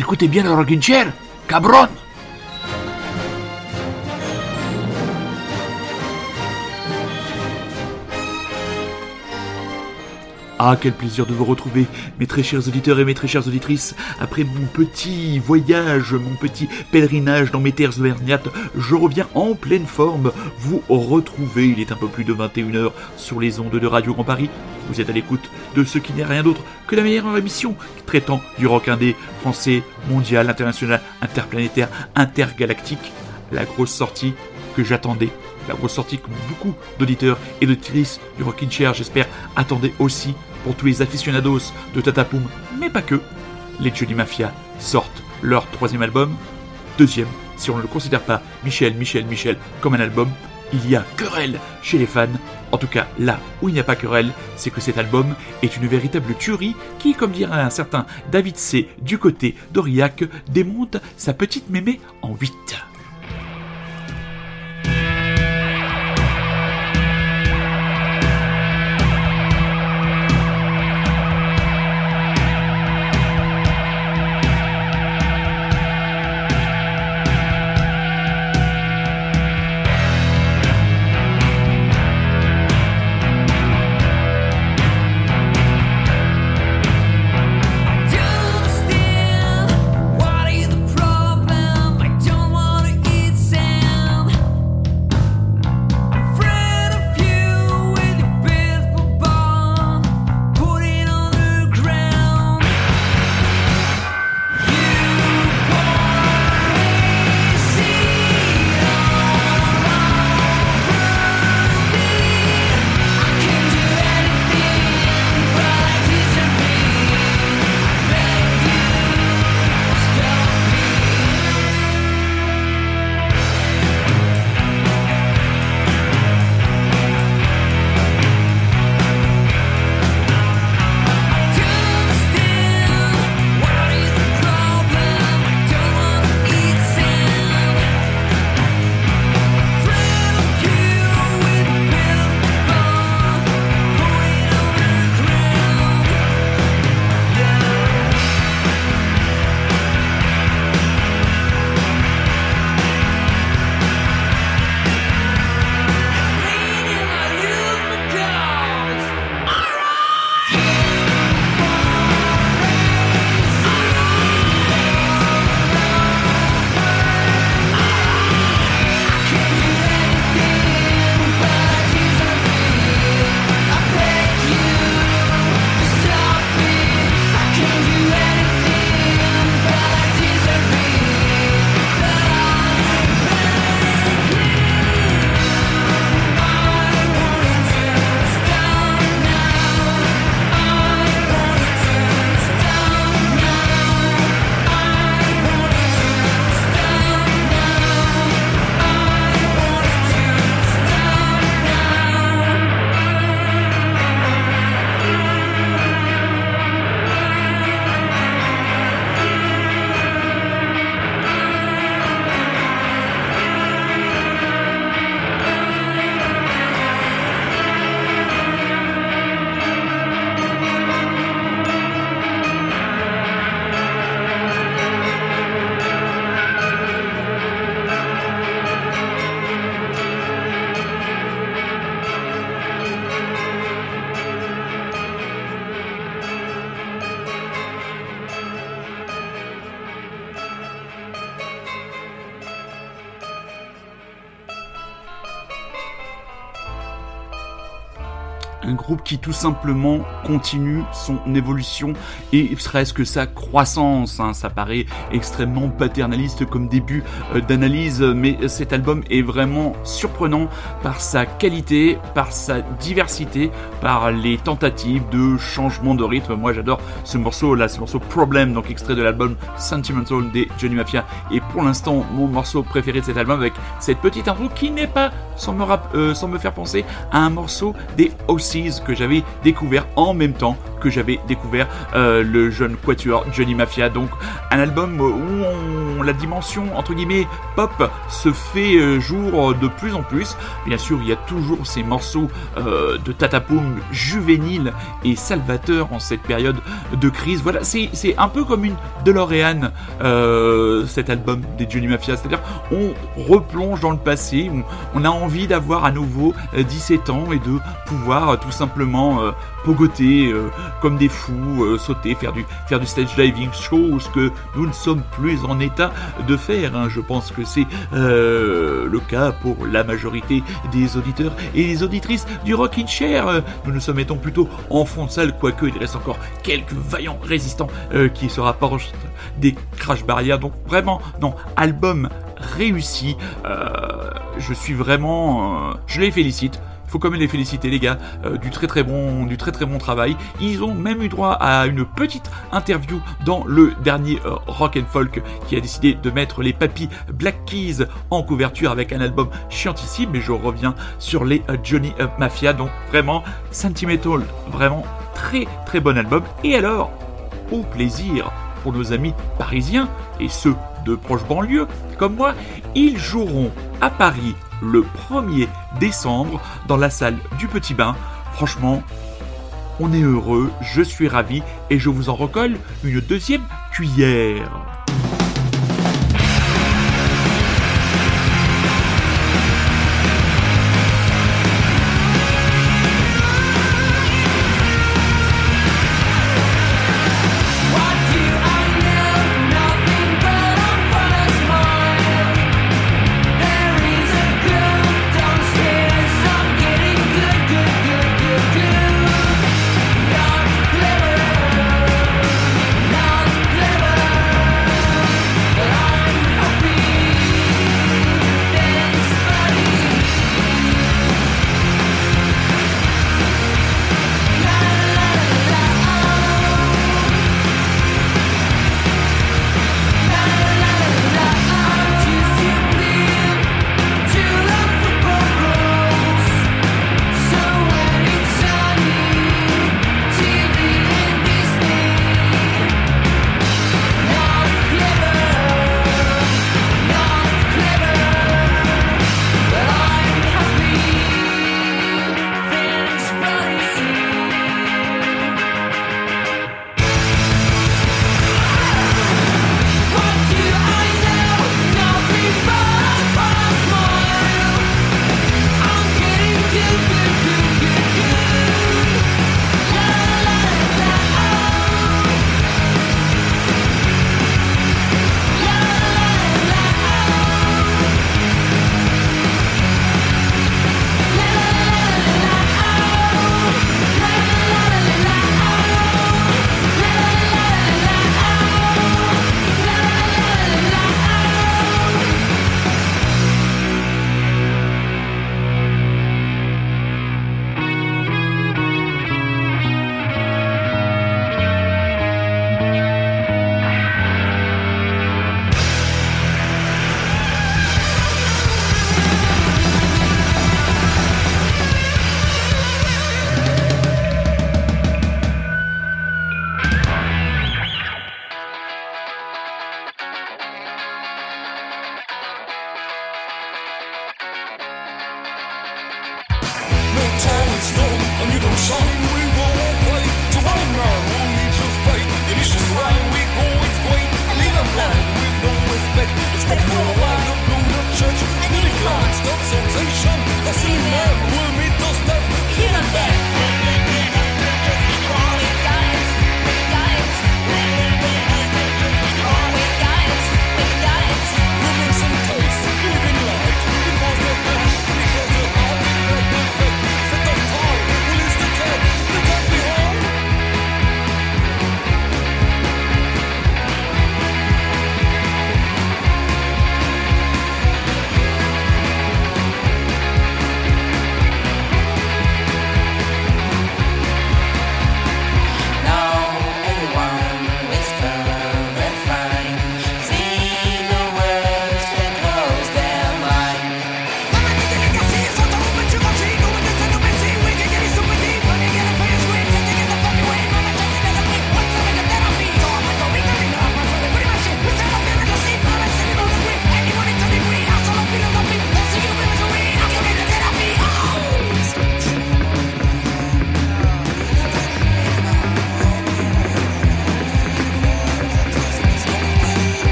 écoutez bien le rocking chair, cabron. Ah, quel plaisir de vous retrouver, mes très chers auditeurs et mes très chères auditrices. Après mon petit voyage, mon petit pèlerinage dans mes terres auvergnates, je reviens en pleine forme vous retrouver. Il est un peu plus de 21h sur les ondes de Radio Grand Paris. Vous êtes à l'écoute de ce qui n'est rien d'autre que la meilleure émission traitant du rock indé français, mondial, international, interplanétaire, intergalactique. La grosse sortie que j'attendais. La grosse sortie que beaucoup d'auditeurs et d'auditrices du Rockin' Chair, j'espère, attendaient aussi pour tous les aficionados de Tatapoum, mais pas que. Les Johnny Mafia sortent leur 3e album, 2e, si on ne le considère pas Michel comme un album. Il y a querelle chez les fans. En tout cas, là où il n'y a pas querelle, c'est que cet album est une véritable tuerie qui, comme dirait un certain David C. du côté d'Aurillac, démonte sa petite mémé en 8. Un groupe qui tout simplement continue son évolution et presque sa croissance. Ça paraît extrêmement paternaliste comme début d'analyse, mais cet album est vraiment surprenant par sa qualité, par sa diversité, par les tentatives de changement de rythme. Moi j'adore ce morceau là, ce morceau Problem, donc extrait de l'album Sentimental des Johnny Mafia, et pour l'instant mon morceau préféré de cet album, avec cette petite intro qui n'est pas sans me faire penser à un morceau des OC. Pixies que j'avais découvert en même temps que j'avais découvert le jeune quatuor Johnny Mafia. Donc un album où la dimension entre guillemets pop se fait jour de plus en plus. Bien sûr, il y a toujours ces morceaux de Tatapoum juvéniles et salvateurs en cette période de crise. Voilà, c'est un peu comme une DeLorean, cet album des Johnny Mafia. C'est-à-dire, on replonge dans le passé, on a envie d'avoir à nouveau 17 ans et de pouvoir tout simplement pogoter comme des fous, sauter, faire du stage diving, chose que nous ne sommes plus en état de faire. Hein. Je pense que c'est le cas pour la majorité des auditeurs et des auditrices du Rockin' Chair. Nous nous mettons plutôt en fond de salle, quoique il reste encore quelques vaillants résistants qui se rapprochent des crash barrières. Donc vraiment, non, album réussi. Je suis vraiment... je les félicite. Faut quand même les féliciter les gars, du très très bon travail. Ils ont même eu droit à une petite interview dans le dernier Rock and Folk qui a décidé de mettre les papis Black Keys en couverture avec un album chiantissime, mais je reviens sur les Johnny Mafia, donc vraiment Sentimental, vraiment très très bon album. Et alors, au plaisir pour nos amis parisiens et ceux de proche banlieue comme moi, ils joueront à Paris le 1er décembre dans la salle du Petit Bain. Franchement, on est heureux, je suis ravi et je vous en recolle une deuxième cuillère.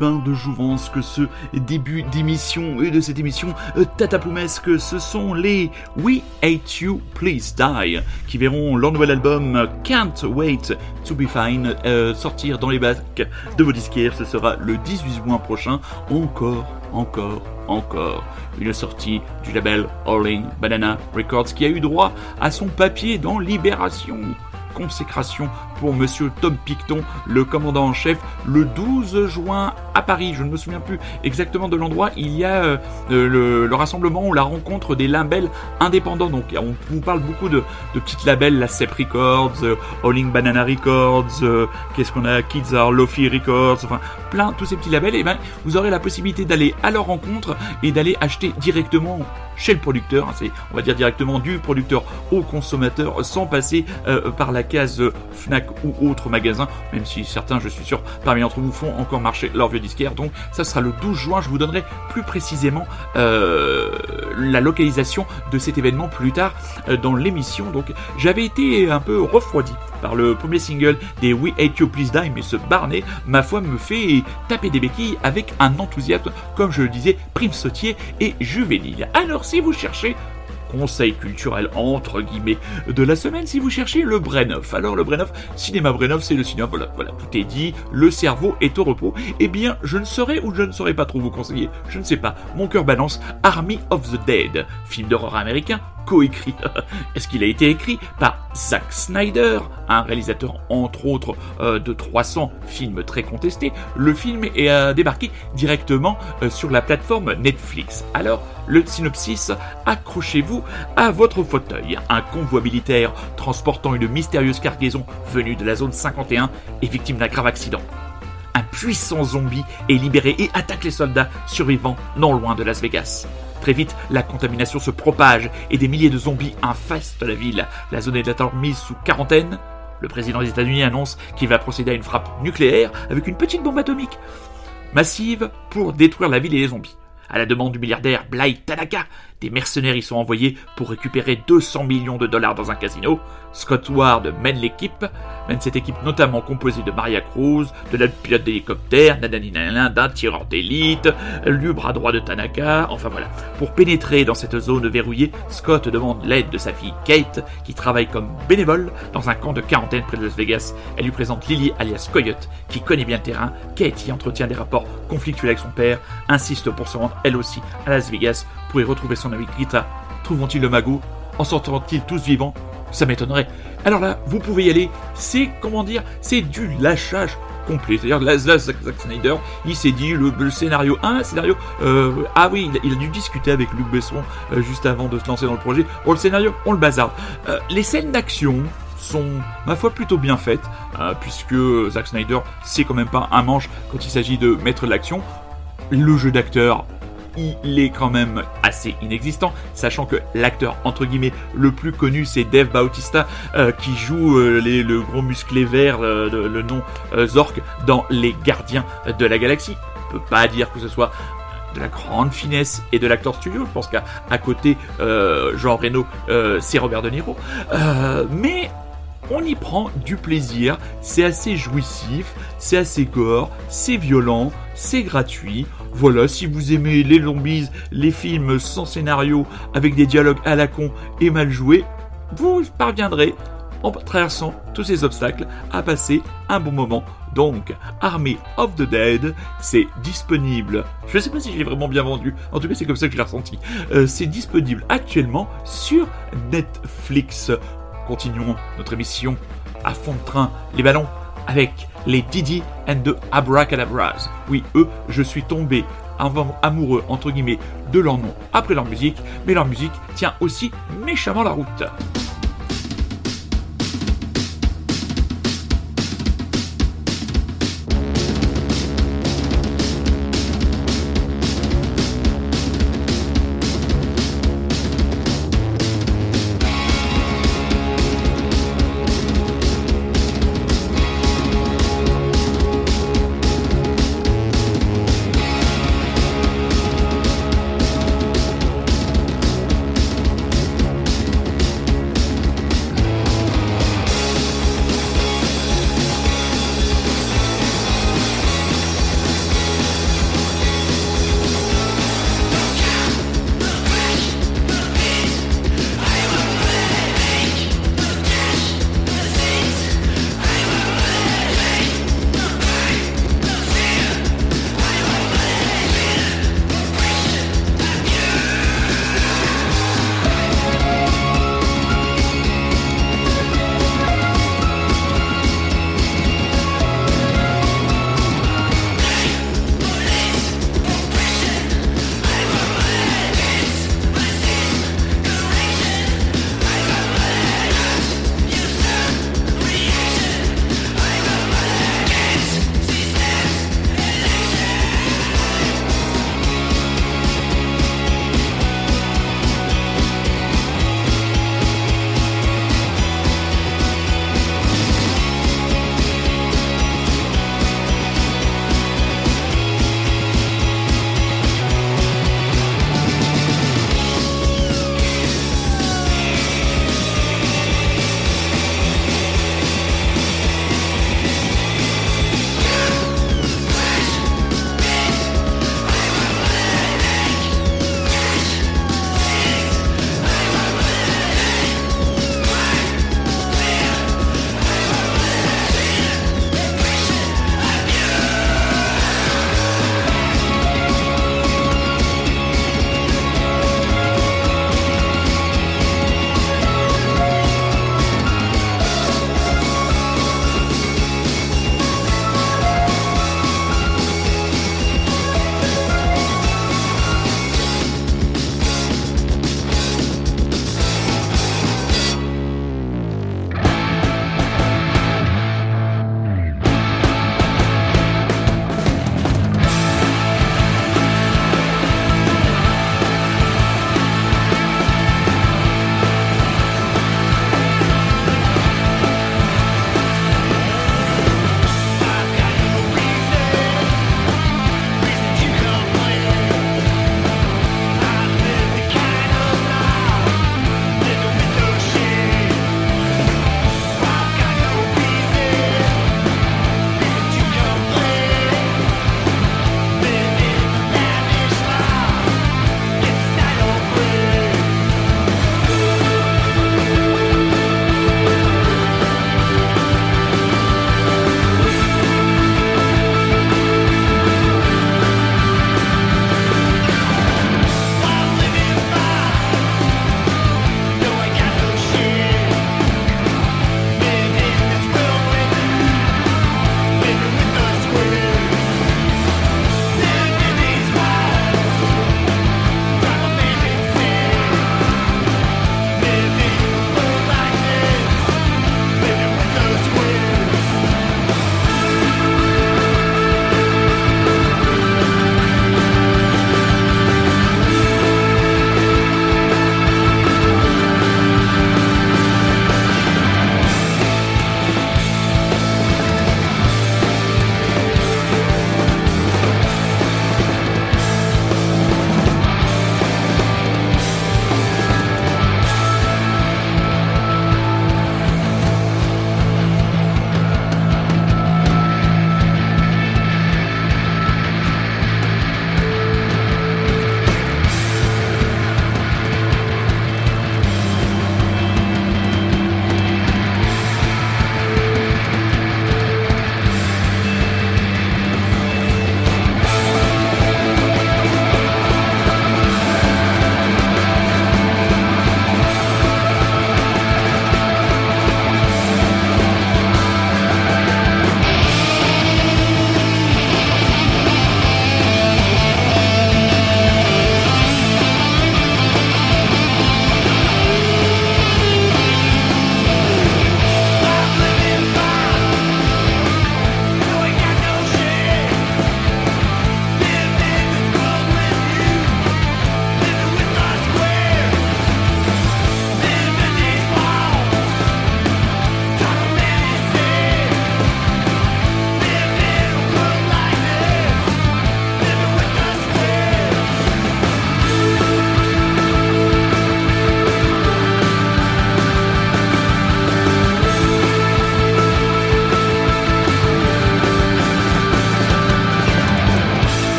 bain de jouvence que ce début d'émission et de cette émission tataploumesque. Ce sont les We Hate You Please Die qui verront leur nouvel album Can't Wait to Be Fine sortir dans les bacs de vos disquaires. Ce sera le 18 juin prochain. Encore une sortie du label Howling Banana Records qui a eu droit à son papier dans Libération. Consécration pour Monsieur Tom Picton, le commandant en chef, le 12 juin à Paris. Je ne me souviens plus exactement de l'endroit. Il y a le rassemblement ou la rencontre des labels indépendants. Donc on vous parle beaucoup de petits labels, la Cep Records, Howling Banana Records, qu'est-ce qu'on a, Kids Are Lofi Records, enfin plein, tous ces petits labels. Et ben vous aurez la possibilité d'aller à leur rencontre et d'aller acheter directement chez le producteur, c'est on va dire directement du producteur au consommateur sans passer par la case Fnac ou autre magasin, même si certains, je suis sûr, parmi d'entre vous font encore marcher leur vieux disquaire. Donc ça sera le 12 juin, je vous donnerai plus précisément la localisation de cet événement plus tard dans l'émission. Donc j'avais été un peu refroidi par le premier single des We Hate You Please Die, mais ce Barnet, ma foi, me fait taper des béquilles avec un enthousiasme, comme je le disais, prime sautier et juvénile. Alors si vous cherchez conseil culturel entre guillemets de la semaine, si vous cherchez le Brenov. Alors le Brenov, cinéma Brenov, c'est le cinéma, voilà, tout est dit, le cerveau est au repos. Eh bien, je ne saurais ou je ne saurais pas trop vous conseiller, je ne sais pas, mon cœur balance, Army of the Dead, film d'horreur américain, coécrit. Est-ce qu'il a été écrit par Zack Snyder, un réalisateur entre autres de 300 films très contestés? Le film est débarqué directement sur la plateforme Netflix. Alors, le synopsis, accrochez-vous à votre fauteuil. Un convoi militaire transportant une mystérieuse cargaison venue de la zone 51 est victime d'un grave accident. Un puissant zombie est libéré et attaque les soldats survivants non loin de Las Vegas. Très vite, la contamination se propage et des milliers de zombies infestent la ville. La zone est alors mise sous quarantaine. Le président des États-Unis annonce qu'il va procéder à une frappe nucléaire avec une petite bombe atomique massive pour détruire la ville et les zombies. À la demande du milliardaire Bly Tanaka, des mercenaires y sont envoyés pour récupérer 200 millions de dollars dans un casino. Scott Ward mène cette équipe notamment composée de Maria Cruz, de la pilote d'hélicoptère, d'un tireur d'élite, du bras droit de Tanaka, enfin voilà. Pour pénétrer dans cette zone verrouillée, Scott demande l'aide de sa fille Kate, qui travaille comme bénévole dans un camp de quarantaine près de Las Vegas. Elle lui présente Lily alias Coyote, qui connaît bien le terrain. Kate y entretient des rapports conflictuels avec son père, insiste pour se rendre elle aussi à Las Vegas pour y retrouver son amie Rita. Trouveront-ils le magot? En sortiront-ils tous vivants? Ça m'étonnerait. Alors là, vous pouvez y aller. C'est du lâchage complet. C'est-à-dire, Zack Snyder, il s'est dit, le scénario 1, il a dû discuter avec Luc Besson juste avant de se lancer dans le projet. Bon, le scénario, on le bazarde. Les scènes d'action sont, ma foi, plutôt bien faites, puisque Zack Snyder, c'est quand même pas un manche quand il s'agit de mettre de l'action. Le jeu d'acteur, il est quand même assez inexistant, sachant que l'acteur entre guillemets le plus connu c'est Dave Bautista qui joue le gros musclé vert, le nom Zork dans Les Gardiens de la Galaxie. On peut pas dire que ce soit de la grande finesse et de l'acteur studio. Je pense qu'à côté Jean Reno c'est Robert De Niro, mais on y prend du plaisir, c'est assez jouissif, c'est assez gore, c'est violent, c'est gratuit. Voilà, si vous aimez les zombies, les films sans scénario, avec des dialogues à la con et mal joués, vous parviendrez, en traversant tous ces obstacles, à passer un bon moment. Donc, Army of the Dead, c'est disponible. Je ne sais pas si je l'ai vraiment bien vendu, en tout cas c'est comme ça que je l'ai ressenti. C'est disponible actuellement sur Netflix. Continuons notre émission à fond de train, les ballons, avec les Didi and the Abracadabras. Oui, eux, je suis tombé amoureux, entre guillemets, de leur nom après leur musique, mais leur musique tient aussi méchamment la route.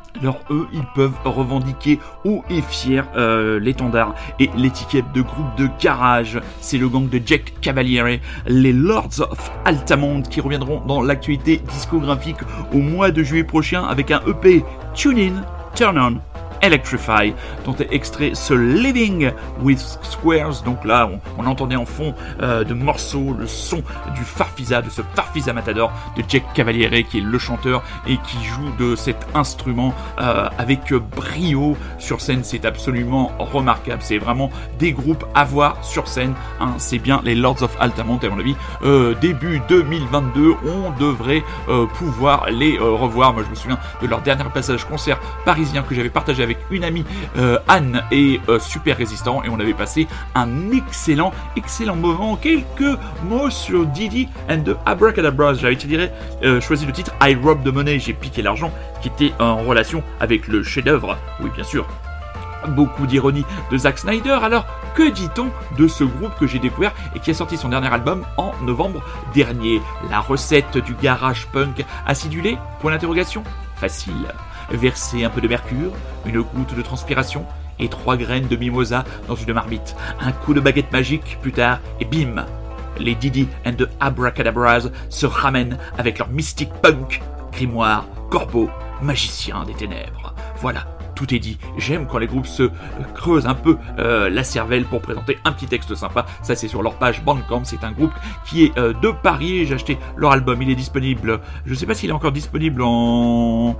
Alors eux, ils peuvent revendiquer haut et fier l'étendard et l'étiquette de groupe de garage. C'est le gang de Jack Cavaliere, les Lords of Altamont, qui reviendront dans l'actualité discographique au mois de juillet prochain avec un EP Tune In, Turn On, Electrify, dont est extrait ce Living with Squares. Donc là, on entendait en fond de morceaux le son du Farfisa, de ce Farfisa Matador de Jack Cavaliere, qui est le chanteur et qui joue de cet instrument avec brio sur scène. C'est absolument remarquable. C'est vraiment des groupes à voir sur scène. Hein. C'est bien les Lords of Altamont, à mon avis. Début 2022, on devrait pouvoir les revoir. Moi, je me souviens de leur dernier passage concert parisien que j'avais partagé avec une amie Anne et Super Résistant, et on avait passé un excellent moment. Quelques mots sur Didi and the Abracadabras. J'avais choisi le titre I Robbed the Money, j'ai piqué l'argent, qui était en relation avec le chef-d'œuvre, oui bien sûr, beaucoup d'ironie de Zack Snyder. Alors, que dit-on de ce groupe que j'ai découvert et qui a sorti son dernier album en novembre dernier? La recette du garage punk acidulé? Point d'interrogation. Facile. Verser un peu de mercure, une goutte de transpiration et 3 graines de mimosa dans une marmite. Un coup de baguette magique plus tard et bim, les Didi and the Abracadabras se ramènent avec leur mystique punk, grimoire, corbeau, magicien des ténèbres. Voilà, tout est dit. J'aime quand les groupes se creusent un peu la cervelle pour présenter un petit texte sympa. Ça, c'est sur leur page Bandcamp. C'est un groupe qui est de Paris. J'ai acheté leur album. Il est disponible. Je ne sais pas s'il est encore disponible en...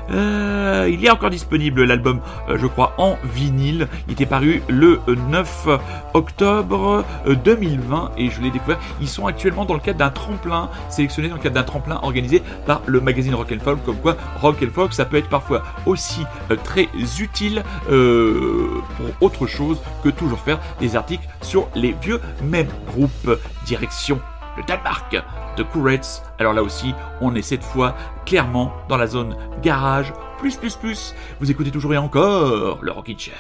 il est encore disponible, l'album, je crois, en vinyle. Il était paru le 9 octobre 2020 et je l'ai découvert. Ils sont actuellement dans le cadre d'un tremplin, sélectionné dans le cadre d'un tremplin organisé par le magazine Rock & Folk. Comme quoi, Rock & Folk, ça peut être parfois aussi très utile pour autre chose que toujours faire des articles sur les vieux mêmes groupes. Direction le Danemark de Courettes. Alors là aussi, on est cette fois clairement dans la zone garage, plus. Vous écoutez toujours et encore le Rockin' Chair.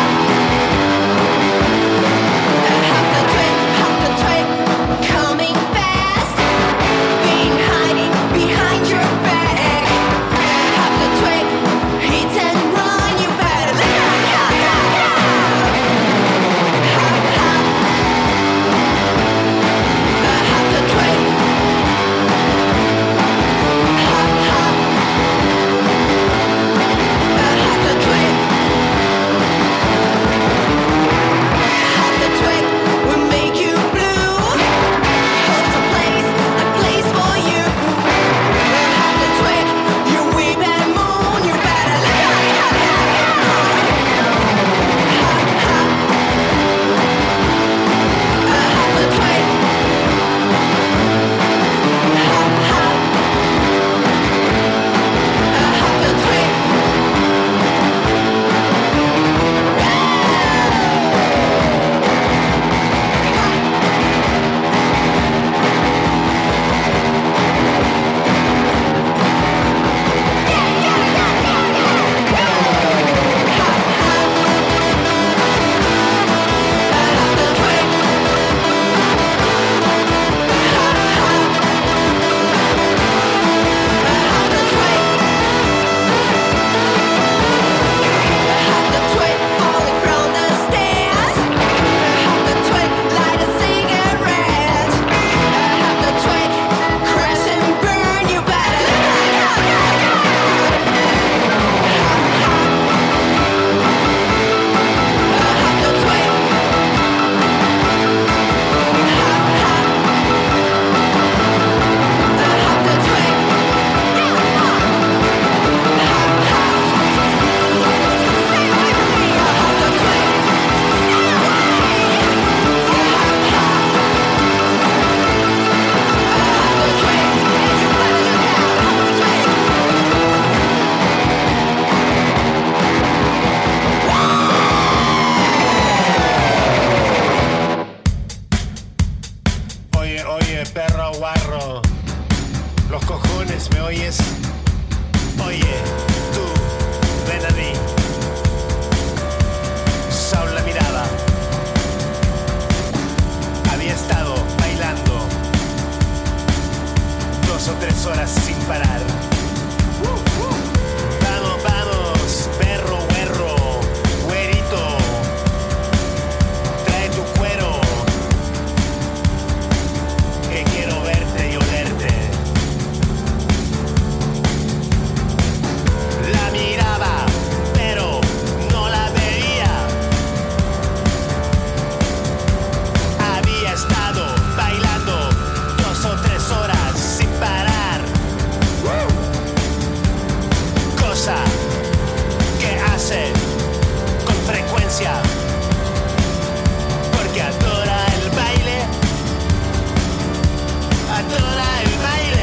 Coming back. ¿me oyes? Oye, tú, ven a mí. Saul la miraba. Había estado bailando 2 o 3 horas sin parar. Vamos, vamos, perro, güerro, güerito. Trae tu cuero. Que quiero verte y olerte. La miraba, pero no la veía. Había estado bailando 2 o 3 horas sin parar. Cosa que hace con frecuencia. Porque adora el baile. Adora el baile.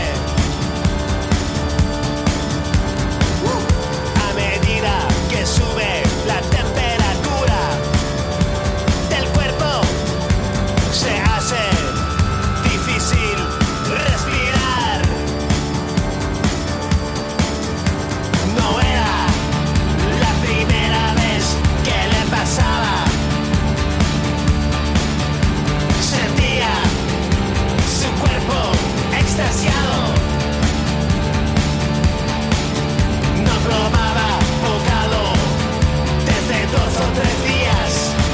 A medida que sube la temperatura del cuerpo, se hace difícil respirar. No era la primera vez que le pasaba. Sentía su cuerpo extasiado. No probaba bocado desde 2 o 3 días.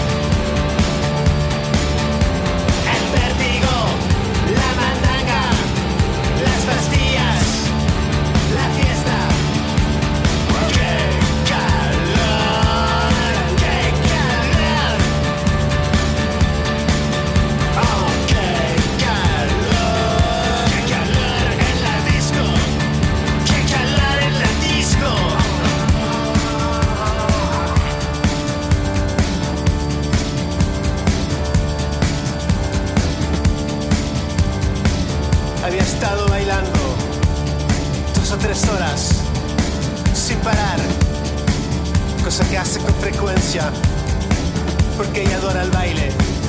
El vértigo, la mandanga, las pastillas, la fiesta. ¡Qué calor! ¡Qué calor! ¡Oh, qué calor! ¡Qué calor en la disco! ¡Qué calor en la disco! Había estado bailando 2 o 3 horas sin parar, cosa que hace con frecuencia porque ella adora el baile.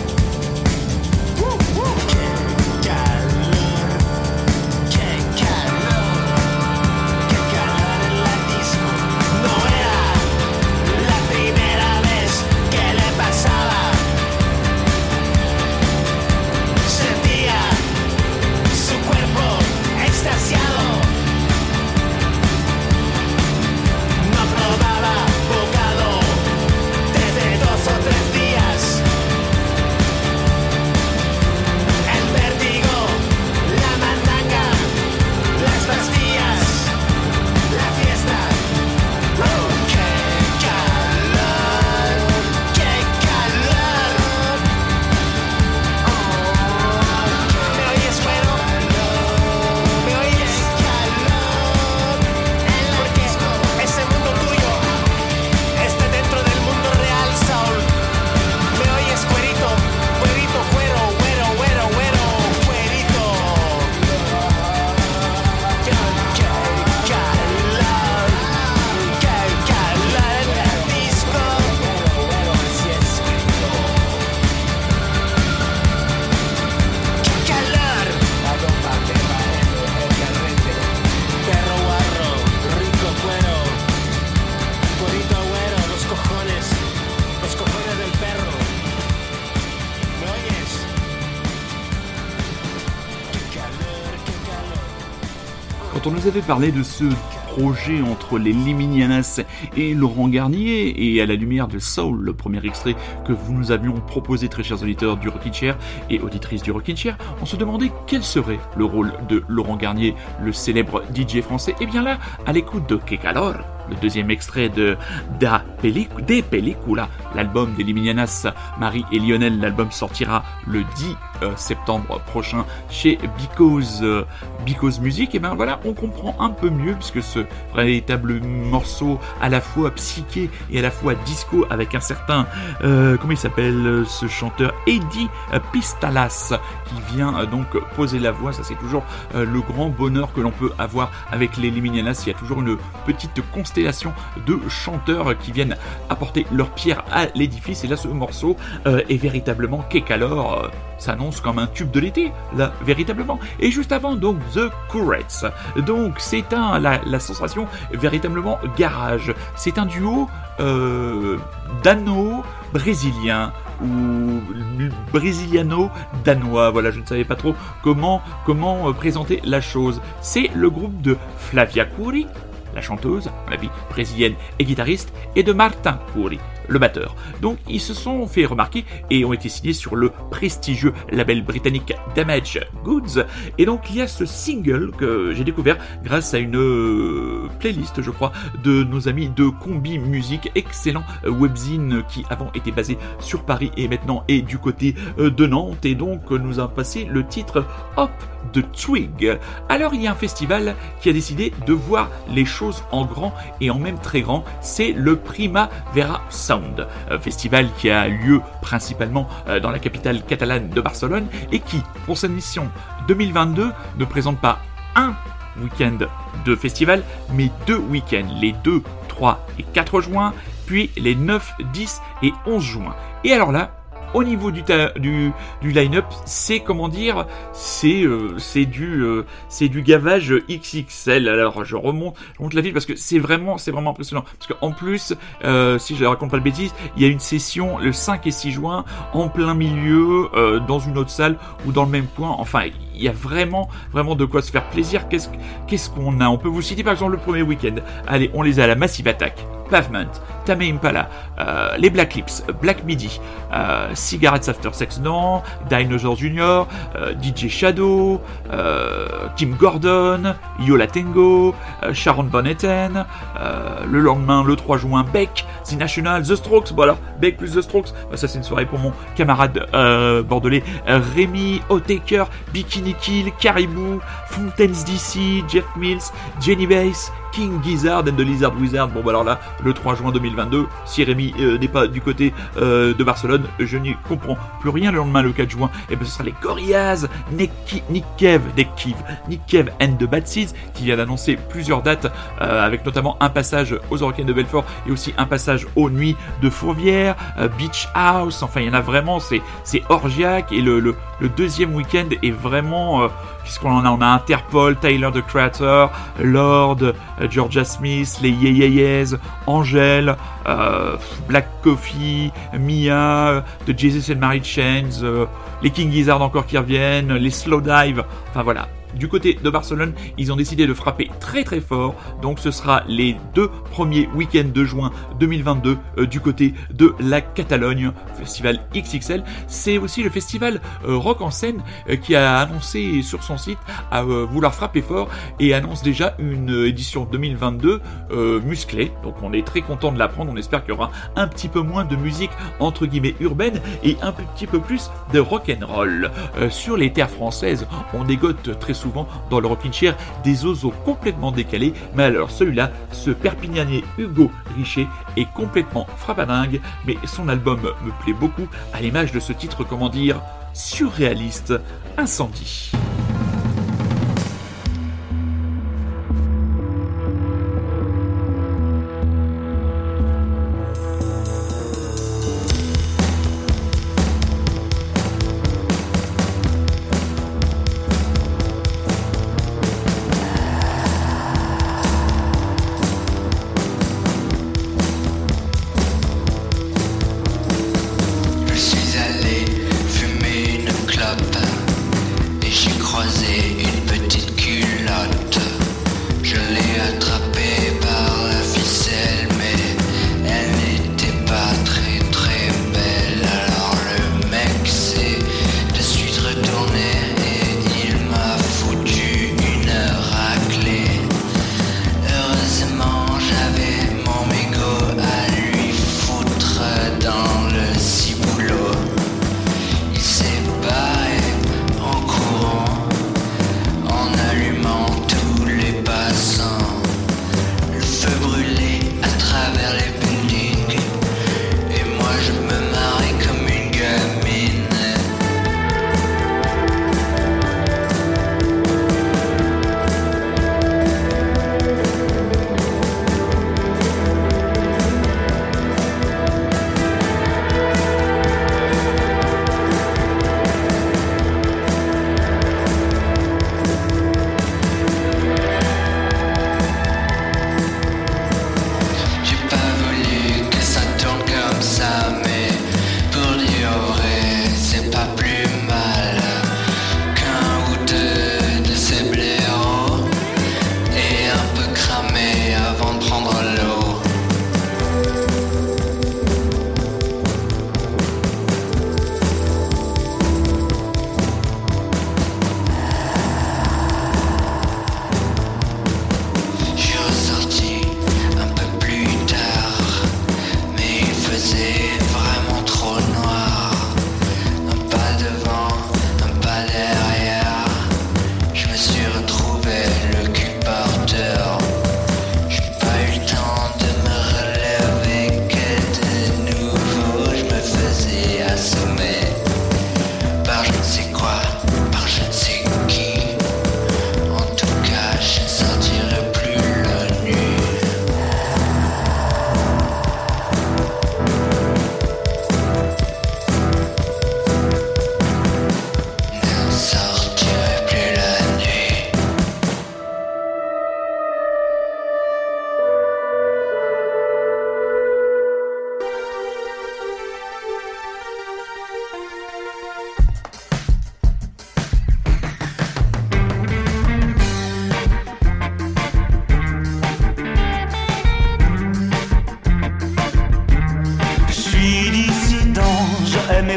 ¡Qué calor! ¡Qué calor! ¡Qué calor en la disco! No era la primera vez que le pasaba. Sentía su cuerpo extasiado. No probaba bocado desde 2 o 3 días. El vértigo, la mandanga, las pastillas, la fiesta. ¡Oh, qué calor! ¡Qué calor! ¿Me oyes, güero? ¿Me oyes? Porque ese mundo tuyo está dentro del mundo real, Saul. ¿Me oyes, güerito? Güerito, güero, güero, güero, güero, güerito. ¡Qué calor! ¡Qué calor en la disco! Así es, güerito. ¡Qué calor! Perro guarro, rico cuero, cuerito güero, los cojones del perro. ¿Me oyes? ¡Qué calor, qué calor! Quand on nous avait parlé de ce projet entre les Liminianas et Laurent Garnier, et à la lumière de Soul, le premier extrait que vous nous avions proposé, très chers auditeurs du Rockin' Chair et auditrices du Rockin' Chair, on se demandait quel serait le rôle de Laurent Garnier, le célèbre DJ français. Et bien là, à l'écoute de Que Calor, le deuxième extrait de De Película, l'album des Liminianas, Marie et Lionel. L'album sortira le 10 septembre prochain chez Because Music. Et ben voilà, on comprend un peu mieux, puisque ce véritable morceau à la fois psyché et à la fois disco, avec un certain comment il s'appelle ce chanteur, Eddie Pistalas, qui vient donc poser la voix. Ça, c'est toujours le grand bonheur que l'on peut avoir avec les Liminianas. Il y a toujours une petite constellation constellation de chanteurs qui viennent apporter leur pierre à l'édifice. Et là, ce morceau est véritablement Kekalor. S'annonce comme un tube de l'été, là, véritablement. Et juste avant, donc, The Courettes. Donc, c'est la sensation véritablement garage. C'est un duo dano-brésilien ou brésiliano-danois. Voilà, je ne savais pas trop comment présenter la chose. C'est le groupe de Flavia Cury, la chanteuse, à la vie brésilienne et guitariste, et de Martin Cury, le batteur. Donc ils se sont fait remarquer et ont été signés sur le prestigieux label britannique Damaged Goods. Et donc il y a ce single que j'ai découvert grâce à une playlist, je crois, de nos amis de Combi Music, excellent webzine qui avant était basé sur Paris et maintenant est du côté de Nantes. Et donc nous avons passé le titre Hop de Twig. Alors il y a un festival qui a décidé de voir les choses en grand et en même très grand, c'est le Primavera Sound, festival qui a lieu principalement dans la capitale catalane de Barcelone et qui, pour cette édition 2022, ne présente pas un week-end de festival, mais 2 week-ends, les 2, 3 et 4 juin, puis les 9, 10 et 11 juin. Et alors là, au niveau du line-up, c'est comment dire, c'est du gavage XXL. Alors je remonte la ville parce que c'est vraiment impressionnant. Parce qu'en plus, si je ne raconte pas de bêtises, il y a une session le 5 et 6 juin en plein milieu, dans une autre salle ou dans le même coin. Enfin, il y a vraiment de quoi se faire plaisir. Qu'est-ce qu'on a? On peut vous citer par exemple le premier week-end. Allez, on les a: la Massive Attack, Pavement, Tame Impala, les Black Lips, Black Midi, Cigarettes After Sex Non, Dinosaur Jr., DJ Shadow, Kim Gordon, Yola Tango, Sharon Van Etten, le lendemain, le 3 juin, Beck, The National, The Strokes. Bon alors, Beck plus The Strokes, ça c'est une soirée pour mon camarade bordelais Rémi, O'Taker, Bikini Kill, Caribou, Fontaines DC, Jeff Mills, Jenny Bass, King Gizzard and the Lizard Wizard. Bon bah alors là, le 3 juin 2022, si Rémi n'est pas du côté de Barcelone, je n'y comprends plus rien. Le lendemain, le 4 juin, et ben ce sera les Gorillaz, Nick Cave and the Bad Seeds, qui vient d'annoncer plusieurs dates, avec notamment un passage aux Eurocaines de Belfort et aussi un passage aux Nuits de Fourvière, Beach House. Enfin, il y en a vraiment, c'est orgiaque. Et le deuxième week-end est vraiment... qu'est-ce qu'on en a? On a Interpol, Tyler the Creator, Lord, Georgia Smith, les Yeyeyes, Angèle, Black Coffee, Mia, The Jesus and Mary Chains, les King Gizzard encore qui reviennent, les Slow Dive, enfin voilà. Du côté de Barcelone, ils ont décidé de frapper très très fort, donc ce sera les 2 premiers week-ends de juin 2022 du côté de la Catalogne, festival XXL. C'est aussi le festival Rock en scène qui a annoncé sur son site à vouloir frapper fort et annonce déjà une édition 2022 musclée, donc on est très content de l'apprendre. On espère qu'il y aura un petit peu moins de musique entre guillemets urbaine et un petit peu plus de rock'n'roll. Sur les terres françaises, on dégote très souvent dans le Rockin' Chair des ozos complètement décalés, mais alors celui-là, ce Perpignanais Hugo Richet est complètement frappadingue, mais son album me plaît beaucoup à l'image de ce titre, comment dire, surréaliste, Incendie. Je suis allé fumer une clope et j'ai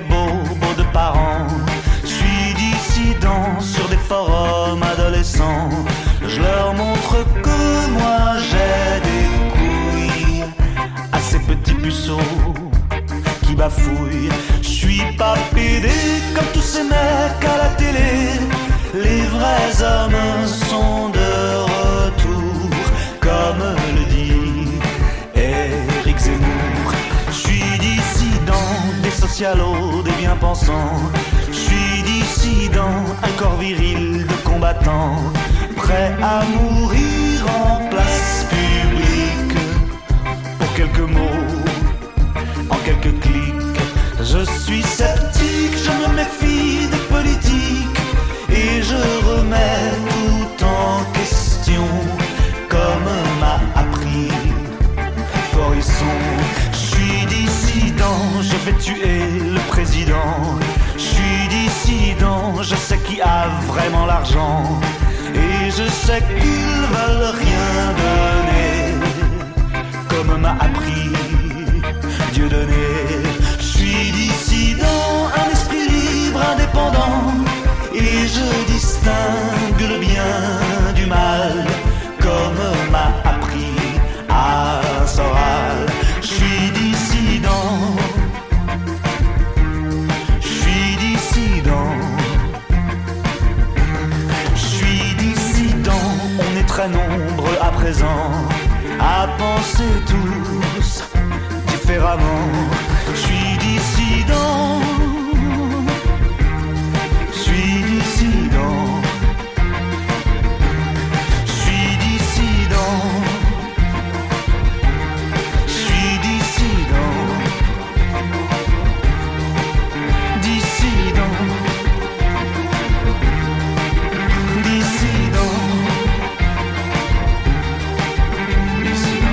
bobos de parents. Je suis dissident sur des forums adolescents. Je leur montre que moi j'ai des couilles à ces petits puceaux qui bafouillent. Je suis pas pédé comme tous ces mecs à la télé. Les vrais hommes sont de retour, comme le dit Éric Zemmour. Je suis dissident des socialos, des bien-pensants. Je suis dissident, un corps viril de combattant, prêt à mourir en place publique pour quelques mots, en quelques clics. Je suis sceptique, je me méfie des politiques et je remets tout en question, comme m'a appris Forisson. Je suis dissident, je vais tuer le président. Je suis dissident, je sais qui a vraiment l'argent et je sais qu'ils veulent rien donner, comme m'a appris Dieudonné. Je suis dissident, un esprit libre, indépendant, et je distingue le bien du mal, comme m'a appris Soral. Je suis dissident, je suis dissident, je suis dissident. On est très nombreux à présent à penser tous différemment. Je suis dissident, je suis dissident, je suis dissident, je suis dissident, dissident, dissident, dissident.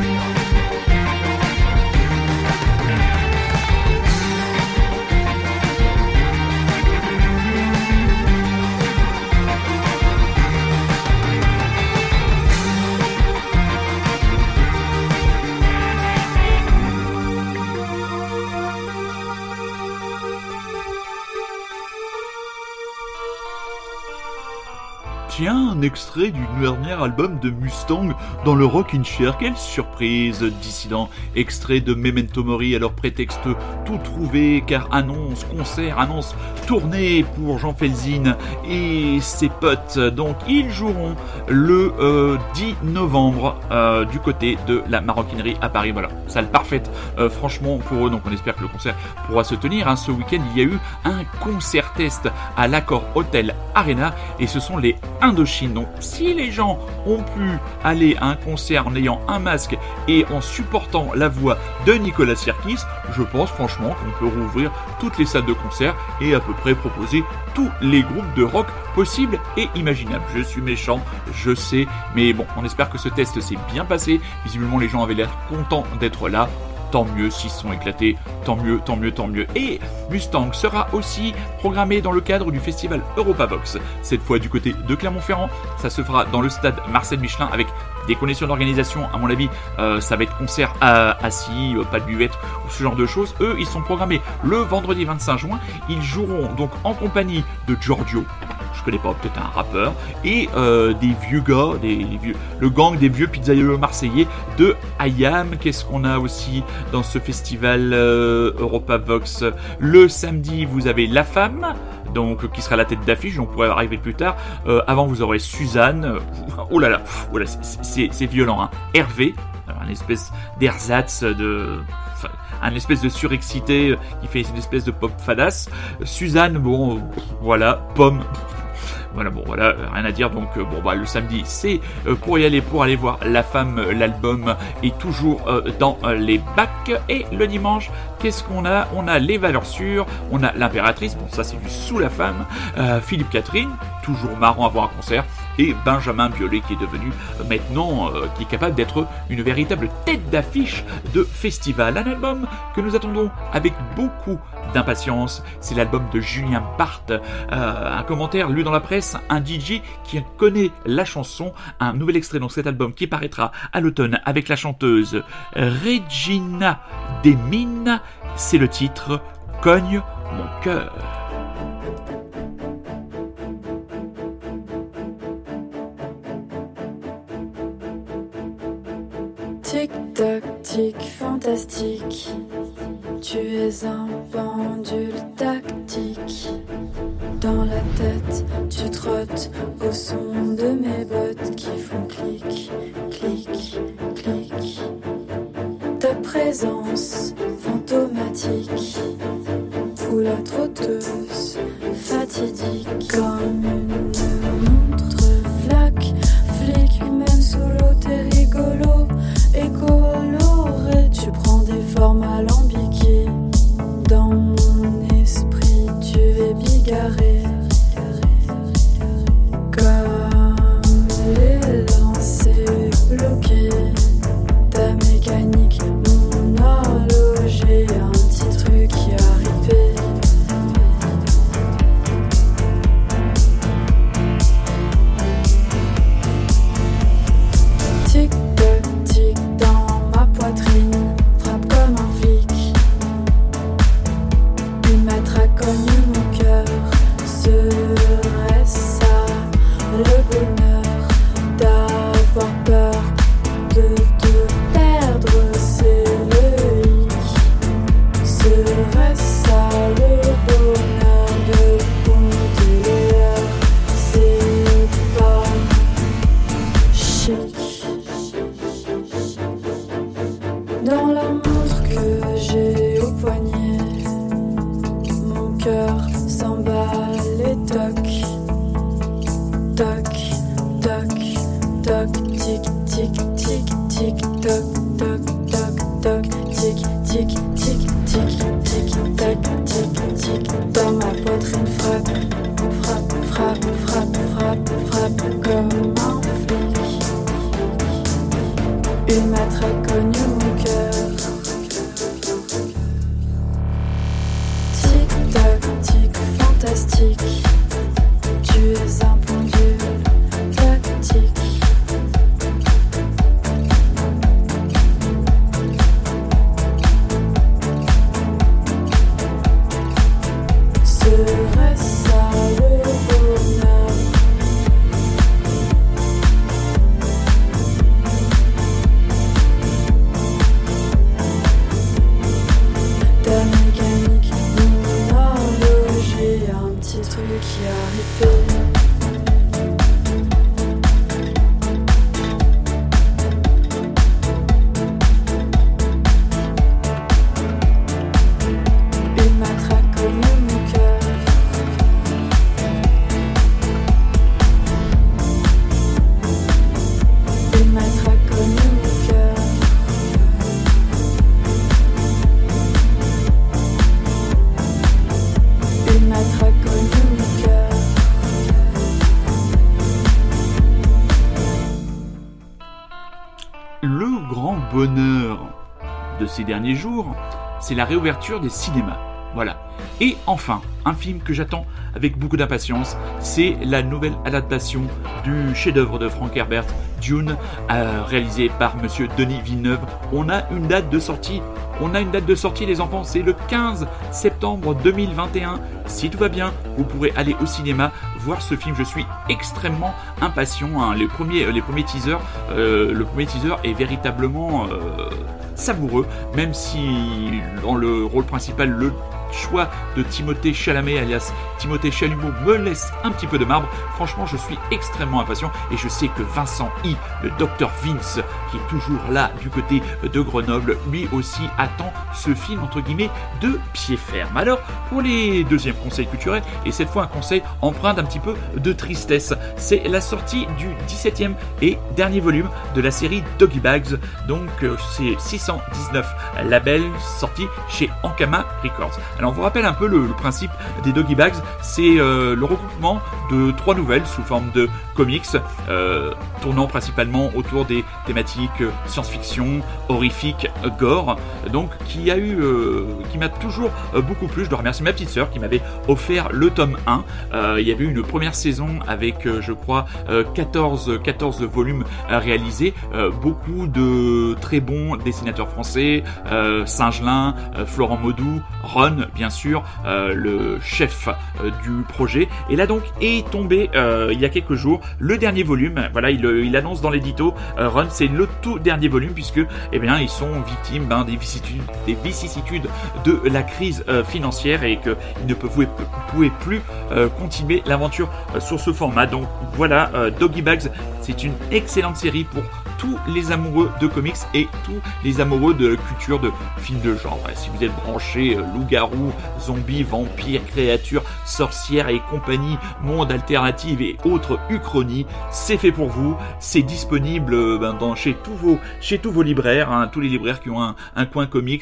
Tiens, un extrait du dernier album de Mustang dans le Rockin' Chair. Quelle surprise, dissident. Extrait de Memento Mori, alors prétexte tout trouvé, car annonce concert, annonce tournée pour Jean Felzin et ses potes. Donc ils joueront le 10 novembre du côté de la Maroquinerie à Paris. Voilà, salle parfaite franchement pour eux. Donc on espère que le concert pourra se tenir. Ce week-end, il y a eu un concert test à l'Accor Hotel Arena et ce sont les Indochine. Donc si les gens ont pu aller à un concert en ayant un masque et en supportant la voix de Nicolas Sirkis, je pense franchement qu'on peut rouvrir toutes les salles de concert et à peu près proposer tous les groupes de rock possibles et imaginables. Je suis méchant, je sais, mais bon, on espère que ce test s'est bien passé. Visiblement les gens avaient l'air contents d'être là. Tant mieux s'ils sont éclatés, tant mieux, tant mieux, tant mieux. Et Mustang sera aussi programmé dans le cadre du festival Europavox. Cette fois du côté de Clermont-Ferrand, ça se fera dans le stade Marcel Michelin avec des conditions d'organisation. À mon avis, ça va être concert assis, pas de buvette ou ce genre de choses. Eux, ils sont programmés le vendredi 25 juin. Ils joueront donc en compagnie de Giorgio. Je connais pas, peut-être un rappeur, et des vieux gars, le gang des vieux pizzaïolo marseillais de Ayam. Qu'est-ce qu'on a aussi dans ce festival Europavox? Le samedi, vous avez La Femme, donc qui sera la tête d'affiche, donc on pourrait arriver plus tard. Avant, vous aurez Suzanne. Oh là là, c'est violent, hein. Hervé, un espèce d'ersatz un espèce de surexcité qui fait une espèce de pop fadasse. Suzanne, bon, voilà, Pomme. Voilà, rien à dire. Donc, le samedi, c'est pour y aller, pour aller voir La Femme. L'album est toujours dans les bacs. Et le dimanche, qu'est-ce qu'on a? On a Les Valeurs Sûres, on a L'Impératrice, bon, ça c'est du Sous la Femme, Philippe Catherine, toujours marrant à voir un concert, et Benjamin Biolay qui est devenu maintenant, qui est capable d'être une véritable tête d'affiche de festival. Un album que nous attendons avec beaucoup d'impatience, c'est l'album de Julien Barthes. Un commentaire lu dans la presse, un DJ qui connaît la chanson, un nouvel extrait dans cet album qui paraîtra à l'automne avec la chanteuse Regina Demine, c'est le titre Cogne mon cœur. Tic-tac, tic, fantastique. Tu es un pendule tactique. Dans la tête, tu trottes au son de mes bottes qui font clic, clic, clic. Ta présence fantomatique, ou la trotteuse fatidique, comme une montre flaque, flic, même sous l'eau t'es rigolo et coloré. Tu prends des formes alambiquées, dans mon esprit tu es bigarré. Comme les lancers bloqués, ta mécanique, mon horloger, un petit truc qui a ripé. Tic-tac, tic dans ma poitrine, frappe comme un flic. Une matraque cogne mon cœur, serait ça le bonheur d'avoir peur de te perdre, c'est le hic. Serait ça le bonheur de compter les heures, c'est pas chic. Dans la montre que j'ai au poignet, mon cœur s'emballe et toc, toc, toc, toc, tic, tic, tic, tic, toc, toc, toc, toc, tic, tic, tic, tic, tic, tac, tic, tic. Dans ma poitrine frappe, frappe, frappe, frappe, frappe, frappe comme un flic. Une matraque cogne mon cœur. Tic-tac, tic, fantastique. Tu es un pendule tactique. Serait ça le bonheur? Ta mécanique, mon horloger, un petit truc qui a ripé. Une matraque cogne mon cœur. Une matraque cogne mon cœur. Une matraque cogne mon cœur. Le grand bonheur de ces derniers jours, c'est la réouverture des cinémas. Voilà. Et enfin, un film que j'attends avec beaucoup d'impatience, c'est la nouvelle adaptation du chef-d'œuvre de Frank Herbert, Dune, réalisé par Monsieur Denis Villeneuve. On a une date de sortie, les enfants, c'est le 15 septembre 2021. Si tout va bien, vous pourrez aller au cinéma voir ce film. Je suis extrêmement impatient. Hein. Le premier teaser est véritablement savoureux, même si dans le rôle principal, le choix de Timothée Chalamet alias Timothée Chalumeau me laisse un petit peu de marbre. Franchement, je suis extrêmement impatient et je sais que Vincent I, le Dr Vince, qui est toujours là du côté de Grenoble, lui aussi attend ce film entre guillemets de pied ferme. Alors, pour les deuxièmes conseils culturels, et cette fois un conseil empreint d'un petit peu de tristesse, c'est la sortie du 17e et dernier volume de la série Doggy Bags. Donc c'est 619 labels sortis chez Ankama Records. Alors on vous rappelle un peu le principe des Doggy Bags, c'est le regroupement de 3 nouvelles sous forme de comics, tournant principalement autour des thématiques science-fiction, horrifique, gore, donc qui m'a toujours beaucoup plu. Je dois remercier ma petite sœur qui m'avait offert le tome 1. Il y avait eu une première saison avec je crois 14 volumes réalisés, beaucoup de très bons dessinateurs français, Singelin, Florent Maudou, Ron Ron, bien sûr, le chef du projet. Et là donc est tombé il y a quelques jours le dernier volume. Voilà, il annonce dans l'édito, Ron, c'est le tout dernier volume puisque ils sont victimes des vicissitudes de la crise financière et qu'ils ne pouvaient plus continuer l'aventure sur ce format. Donc voilà, Doggy Bags, c'est une excellente série pour tous les amoureux de comics et tous les amoureux de culture de films de genre. Si vous êtes branchés loup-garou, zombies, vampires, créatures, sorcières et compagnie, monde alternatif et autres uchronies, c'est fait pour vous. C'est disponible chez tous vos libraires, tous les libraires qui ont un coin comics.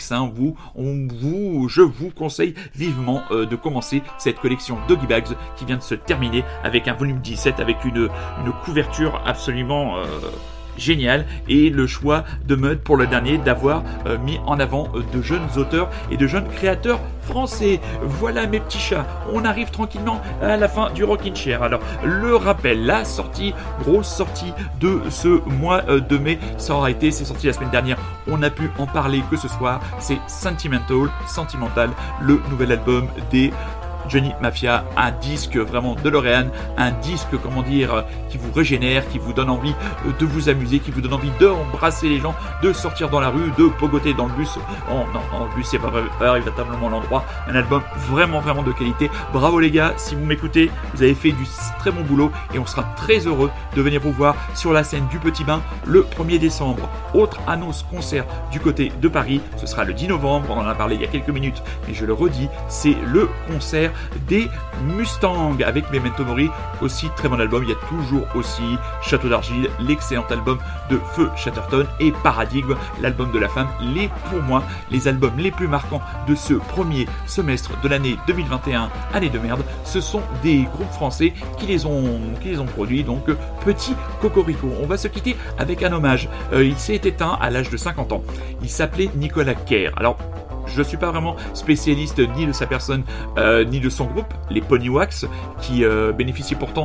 Je vous conseille vivement de commencer cette collection Doggy Bags qui vient de se terminer avec un volume 17 avec une couverture absolument génial, et le choix de Mud pour le dernier d'avoir mis en avant de jeunes auteurs et de jeunes créateurs français. Voilà mes petits chats, on arrive tranquillement à la fin du Rockin' Chair. Alors le rappel, la grosse sortie de ce mois de mai, c'est sorti la semaine dernière, on a pu en parler que ce soir, c'est Sentimental, le nouvel album des Johnny Mafia, un disque vraiment DeLorean, un disque qui vous régénère, qui vous donne envie de vous amuser, qui vous donne envie d'embrasser les gens, de sortir dans la rue, de pogoter dans le bus. Oh non, le bus c'est pas véritablement l'endroit. Un album vraiment de qualité. Bravo les gars, si vous m'écoutez, vous avez fait du très bon boulot et on sera très heureux de venir vous voir sur la scène du Petit Bain le 1er décembre. Autre annonce concert du côté de Paris, ce sera le 10 novembre, on en a parlé il y a quelques minutes, mais je le redis, c'est le concert des Mustangs avec Memento Mori, aussi très bon album. Il y a toujours aussi Château d'Argile, l'excellent album de Feu Chatterton, et Paradigme, l'album de la femme. Pour moi, les albums les plus marquants de ce premier semestre de l'année 2021, année de merde, ce sont des groupes français qui les ont produits, donc Petit Cocorico. On va se quitter avec un hommage. Il s'est éteint à l'âge de 50 ans. Il s'appelait Nicolas Kerr. Alors, je ne suis pas vraiment spécialiste ni de sa personne ni de son groupe, les Ponywax, qui bénéficient pourtant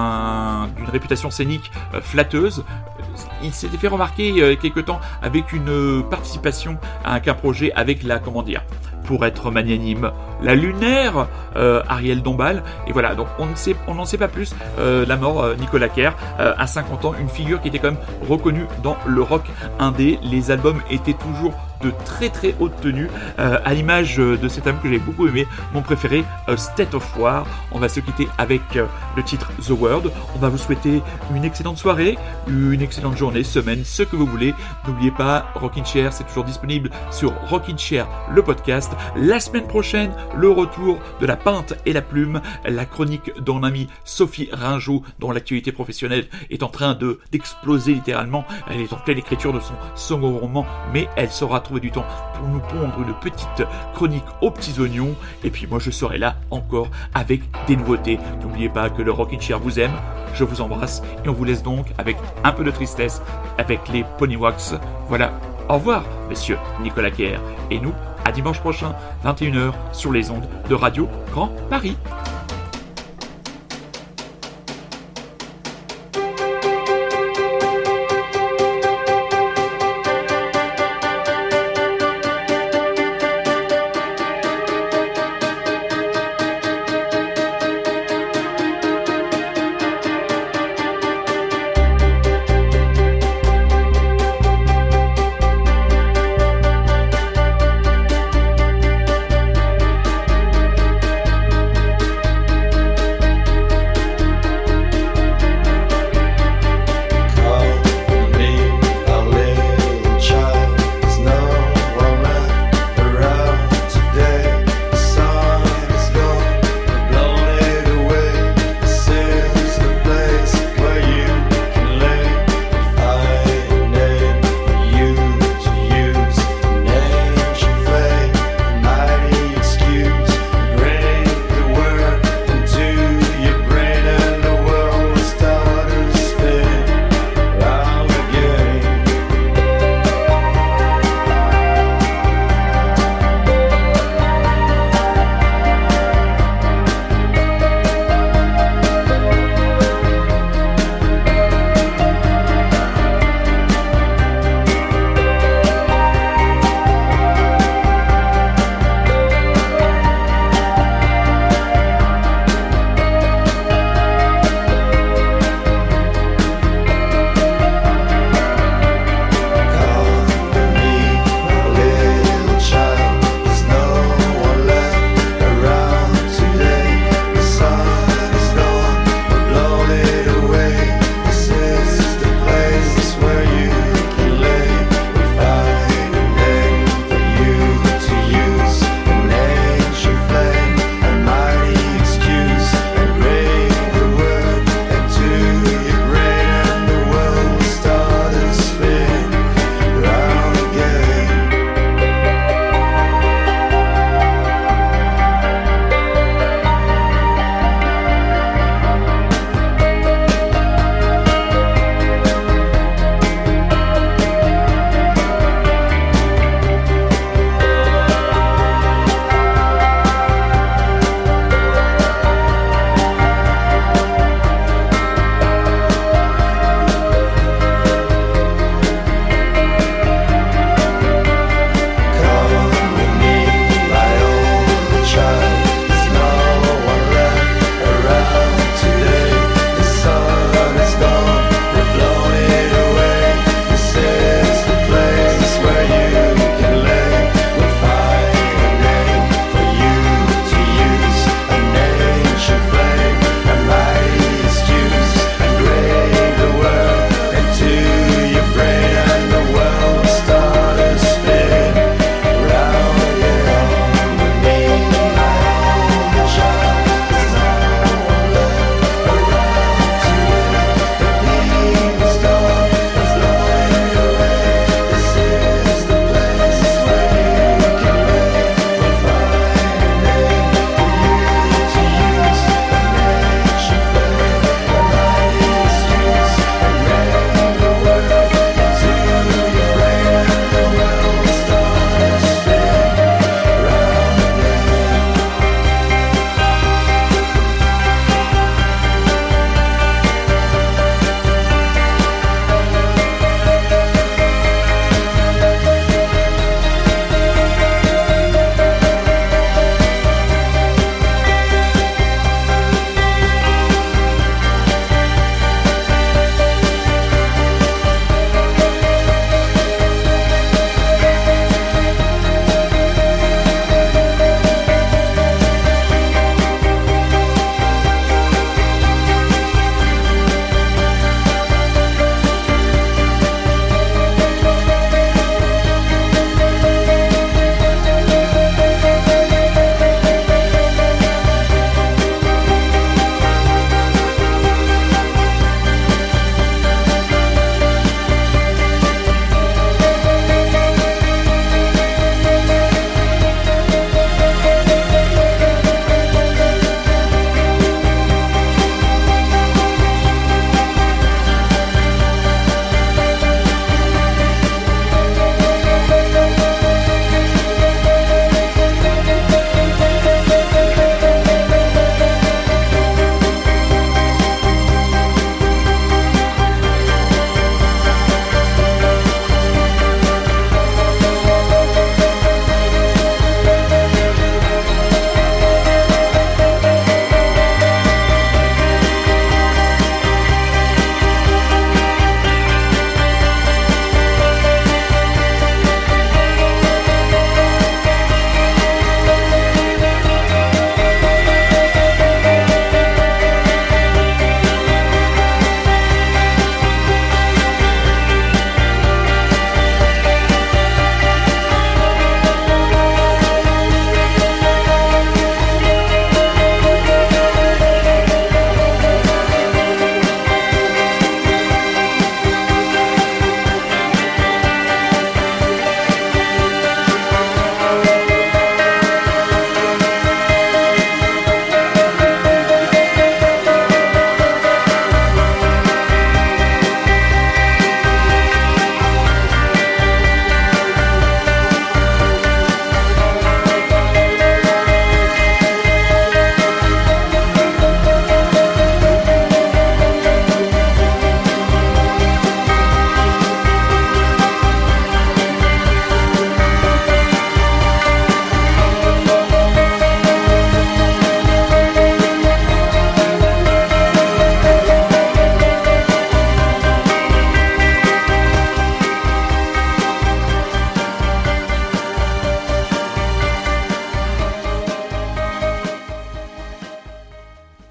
d'une réputation scénique flatteuse. Il s'était fait remarquer quelque temps avec une participation à un projet avec pour être magnanime, la lunaire Ariel Dombal. Et voilà, donc on n'en sait pas plus. La mort, Nicolas Kerr, à 50 ans, une figure qui était quand même reconnue dans le rock indé. Les albums étaient toujours de très haute tenue, à l'image de cet album que j'ai beaucoup aimé, mon préféré, State of War. On va se quitter avec le titre The World. On va vous souhaiter une excellente soirée, une excellente journée, semaine, ce que vous voulez. N'oubliez pas, Rockin' Chair, c'est toujours disponible sur Rockin' Chair, le podcast. La semaine prochaine, le retour de la pinte et la plume, la chronique de mon amie Sophie Ringeau, dont l'actualité professionnelle est en train d'exploser littéralement. Elle est en pleine écriture de son second roman, mais elle saura trouver du temps pour nous pondre une petite chronique aux petits oignons. Et puis moi, je serai là encore avec des nouveautés. N'oubliez pas que le Rockin' Chair vous aime. Je vous embrasse et on vous laisse donc avec un peu de tristesse avec les Ponywax. Voilà, au revoir, monsieur Nicolas Kerr. Et nous, à dimanche prochain, 21h, sur les ondes de Radio Grand Paris.